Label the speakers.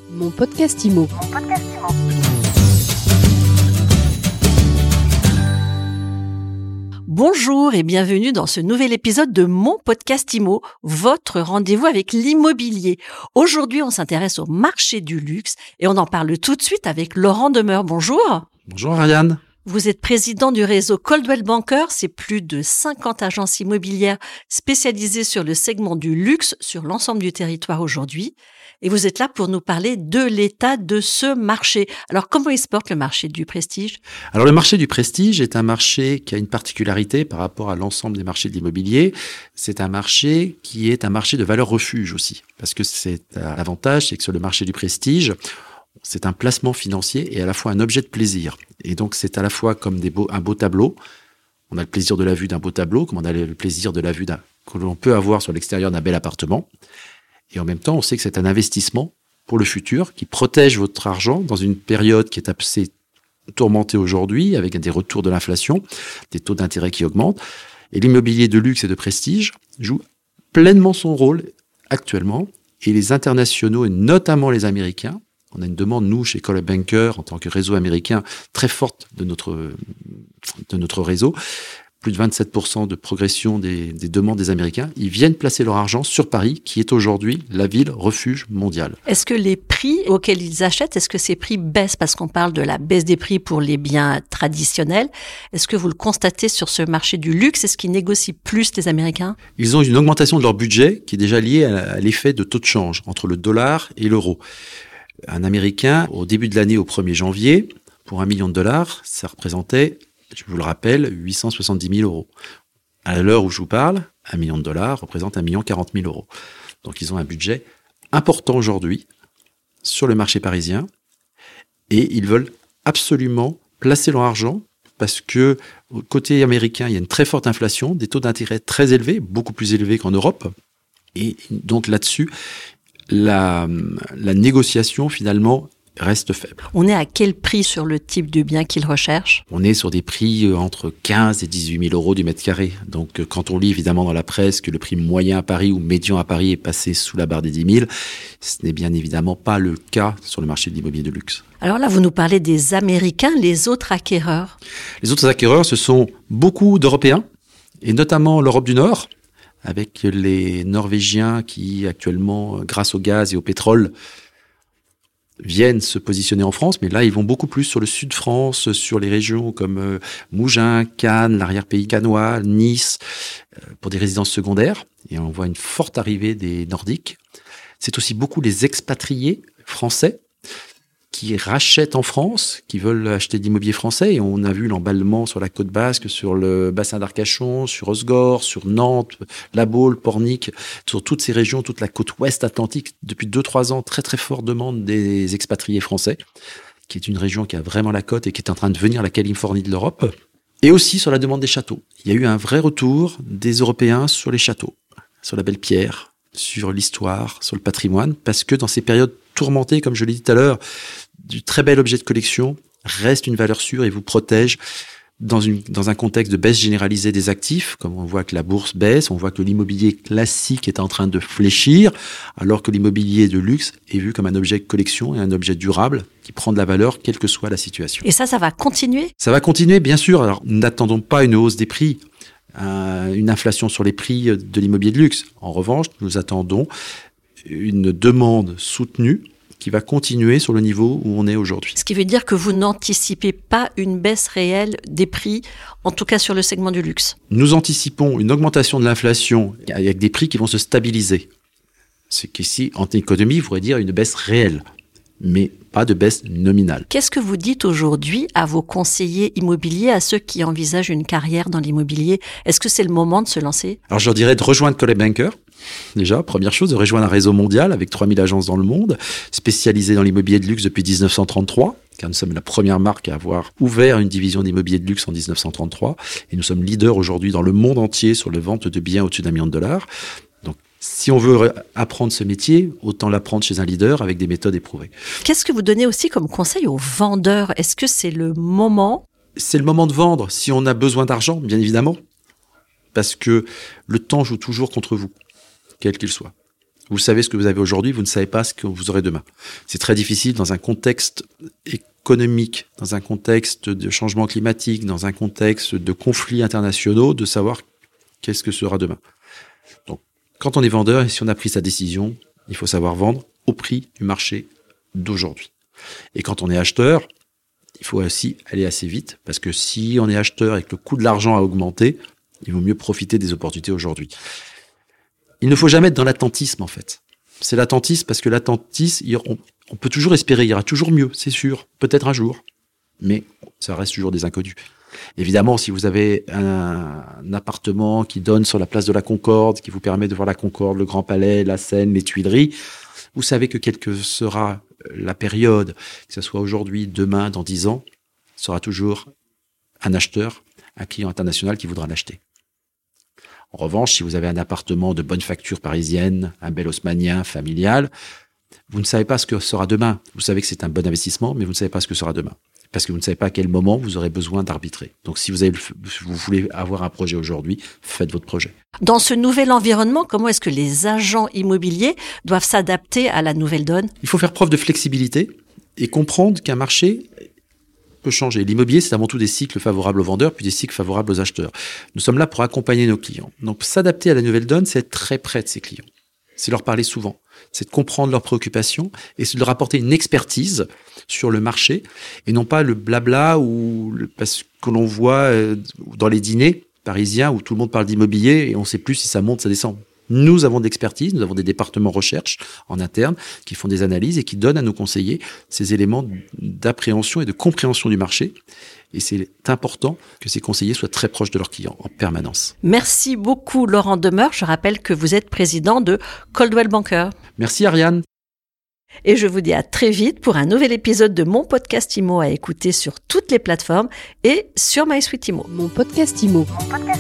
Speaker 1: Mon podcast IMO.
Speaker 2: Bonjour et bienvenue dans ce nouvel épisode de Mon podcast IMO, votre rendez-vous avec l'immobilier. Aujourd'hui, on s'intéresse au marché du luxe et on en parle tout de suite avec Laurent Demeure. Bonjour.
Speaker 3: Bonjour Ariane.
Speaker 2: Vous êtes président du réseau Coldwell Banker, c'est plus de 50 agences immobilières spécialisées sur le segment du luxe sur l'ensemble du territoire aujourd'hui. Et vous êtes là pour nous parler de l'état de ce marché. Alors, comment il se porte le marché du prestige ?
Speaker 3: Alors, le marché du prestige est un marché qui a une particularité par rapport à l'ensemble des marchés de l'immobilier. C'est un marché qui est un marché de valeur refuge aussi. Parce que c'est l'avantage, c'est que sur le marché du prestige, c'est un placement financier et à la fois un objet de plaisir. Et donc, c'est à la fois comme un beau tableau. On a le plaisir de la vue d'un beau tableau, comme on a le plaisir de la vue que l'on peut avoir sur l'extérieur d'un bel appartement. Et en même temps, on sait que c'est un investissement pour le futur qui protège votre argent dans une période qui est assez tourmentée aujourd'hui, avec des retours de l'inflation, des taux d'intérêt qui augmentent. Et l'immobilier de luxe et de prestige joue pleinement son rôle actuellement. Et les internationaux, et notamment les Américains, on a une demande, nous, chez Coldwell Banker, en tant que réseau américain, très forte de notre réseau. Plus de 27% de progression des demandes des Américains. Ils viennent placer leur argent sur Paris, qui est aujourd'hui la ville refuge mondiale.
Speaker 2: Est-ce que les prix auxquels ils achètent, est-ce que ces prix baissent ? Parce qu'on parle de la baisse des prix pour les biens traditionnels. Est-ce que vous le constatez sur ce marché du luxe ? Est-ce qu'ils négocient plus, les Américains ?
Speaker 3: Ils ont une augmentation de leur budget qui est déjà liée à l'effet de taux de change entre le dollar et l'euro. Un Américain, au début de l'année, au 1er janvier, pour $1 million, ça représentait, je vous le rappelle, 870 000 euros. À l'heure où je vous parle, $1 million représente 1 040 000 euros. Donc, ils ont un budget important aujourd'hui sur le marché parisien et ils veulent absolument placer leur argent parce que, côté américain, il y a une très forte inflation, des taux d'intérêt très élevés, beaucoup plus élevés qu'en Europe. Et donc, là-dessus, la négociation, finalement, reste faible.
Speaker 2: On est à quel prix sur le type de bien qu'ils recherchent ?
Speaker 3: On est sur des prix entre 15 et 18 000 euros du mètre carré. Donc, quand on lit évidemment dans la presse que le prix moyen à Paris ou médian à Paris est passé sous la barre des 10 000, ce n'est bien évidemment pas le cas sur le marché de l'immobilier de luxe.
Speaker 2: Alors là, vous nous parlez des Américains, les autres acquéreurs.
Speaker 3: Les autres acquéreurs, ce sont beaucoup d'Européens, et notamment l'Europe du Nord, avec les Norvégiens qui, actuellement, grâce au gaz et au pétrole, viennent se positionner en France, mais là, ils vont beaucoup plus sur le sud de France, sur les régions comme Mougins, Cannes, l'arrière-pays cannois, Nice, pour des résidences secondaires. Et on voit une forte arrivée des Nordiques. C'est aussi beaucoup les expatriés français qui rachètent en France, qui veulent acheter de l'immobilier français. Et on a vu l'emballement sur la côte basque, sur le bassin d'Arcachon, sur Osgore, sur Nantes, La Baule, Pornic, sur toutes ces régions, toute la côte ouest atlantique. Depuis 2-3 ans, très très forte demande des expatriés français, qui est une région qui a vraiment la cote et qui est en train de devenir la Californie de l'Europe. Et aussi sur la demande des châteaux. Il y a eu un vrai retour des Européens sur les châteaux, sur la belle pierre, sur l'histoire, sur le patrimoine, parce que dans ces périodes tourmentées, comme je l'ai dit tout à l'heure, du très bel objet de collection reste une valeur sûre et vous protège dans un contexte de baisse généralisée des actifs, comme on voit que la bourse baisse, on voit que l'immobilier classique est en train de fléchir, alors que l'immobilier de luxe est vu comme un objet de collection et un objet durable qui prend de la valeur quelle que soit la situation.
Speaker 2: Et ça va continuer ?
Speaker 3: Ça va continuer, bien sûr. Alors, n'attendons pas une hausse des prix, une inflation sur les prix de l'immobilier de luxe. En revanche, nous attendons une demande soutenue qui va continuer sur le niveau où on est aujourd'hui.
Speaker 2: Ce qui veut dire que vous n'anticipez pas une baisse réelle des prix, en tout cas sur le segment du luxe.
Speaker 3: Nous anticipons une augmentation de l'inflation avec des prix qui vont se stabiliser. Ce qu'ici, en économie, voudrait dire une baisse réelle, mais pas de baisse nominale.
Speaker 2: Qu'est-ce que vous dites aujourd'hui à vos conseillers immobiliers, à ceux qui envisagent une carrière dans l'immobilier ? Est-ce que c'est le moment de se lancer ?
Speaker 3: Alors, je leur dirais de rejoindre Coldwell Banker. Déjà, première chose, de rejoindre un réseau mondial avec 3000 agences dans le monde, spécialisées dans l'immobilier de luxe depuis 1933, car nous sommes la première marque à avoir ouvert une division d'immobilier de luxe en 1933, et nous sommes leaders aujourd'hui dans le monde entier sur la vente de biens au-dessus d'$1 million. Donc, si on veut apprendre ce métier, autant l'apprendre chez un leader avec des méthodes éprouvées.
Speaker 2: Qu'est-ce que vous donnez aussi comme conseil aux vendeurs ? Est-ce que c'est le moment ?
Speaker 3: C'est le moment de vendre si on a besoin d'argent, bien évidemment, parce que le temps joue toujours contre vous, quel qu'il soit. Vous savez ce que vous avez aujourd'hui, vous ne savez pas ce que vous aurez demain. C'est très difficile dans un contexte économique, dans un contexte de changement climatique, dans un contexte de conflits internationaux, de savoir qu'est-ce que sera demain. Donc, quand on est vendeur et si on a pris sa décision, il faut savoir vendre au prix du marché d'aujourd'hui. Et quand on est acheteur, il faut aussi aller assez vite, parce que si on est acheteur et que le coût de l'argent a augmenté, il vaut mieux profiter des opportunités aujourd'hui. Il ne faut jamais être dans l'attentisme, en fait. C'est l'attentisme parce que l'attentisme, on peut toujours espérer, il y aura toujours mieux, c'est sûr, peut-être un jour. Mais ça reste toujours des inconnus. Évidemment, si vous avez un appartement qui donne sur la place de la Concorde, qui vous permet de voir la Concorde, le Grand Palais, la Seine, les Tuileries, vous savez que quelle que sera la période, que ce soit aujourd'hui, demain, dans 10 ans, sera toujours un acheteur, un client international qui voudra l'acheter. En revanche, si vous avez un appartement de bonne facture parisienne, un bel haussmannien, familial, vous ne savez pas ce que sera demain. Vous savez que c'est un bon investissement, mais vous ne savez pas ce que sera demain. Parce que vous ne savez pas à quel moment vous aurez besoin d'arbitrer. Donc, si vous voulez avoir un projet aujourd'hui, faites votre projet.
Speaker 2: Dans ce nouvel environnement, comment est-ce que les agents immobiliers doivent s'adapter à la nouvelle donne ?
Speaker 3: Il faut faire preuve de flexibilité et comprendre qu'un marché peut changer. L'immobilier, c'est avant tout des cycles favorables aux vendeurs, puis des cycles favorables aux acheteurs. Nous sommes là pour accompagner nos clients. Donc, s'adapter à la nouvelle donne, c'est être très près de ses clients. C'est leur parler souvent. C'est de comprendre leurs préoccupations et c'est de leur apporter une expertise sur le marché et non pas le blabla parce que l'on voit dans les dîners parisiens où tout le monde parle d'immobilier et on ne sait plus si ça monte, ça descend. Nous avons de l'expertise, nous avons des départements recherche en interne qui font des analyses et qui donnent à nos conseillers ces éléments d'appréhension et de compréhension du marché. Et c'est important que ces conseillers soient très proches de leurs clients en permanence.
Speaker 2: Merci beaucoup Laurent Demeure. Je rappelle que vous êtes président de Coldwell Banker.
Speaker 3: Merci Ariane.
Speaker 2: Et je vous dis à très vite pour un nouvel épisode de Mon Podcast Immo à écouter sur toutes les plateformes et sur MySuite Immo.
Speaker 1: Mon Podcast Immo.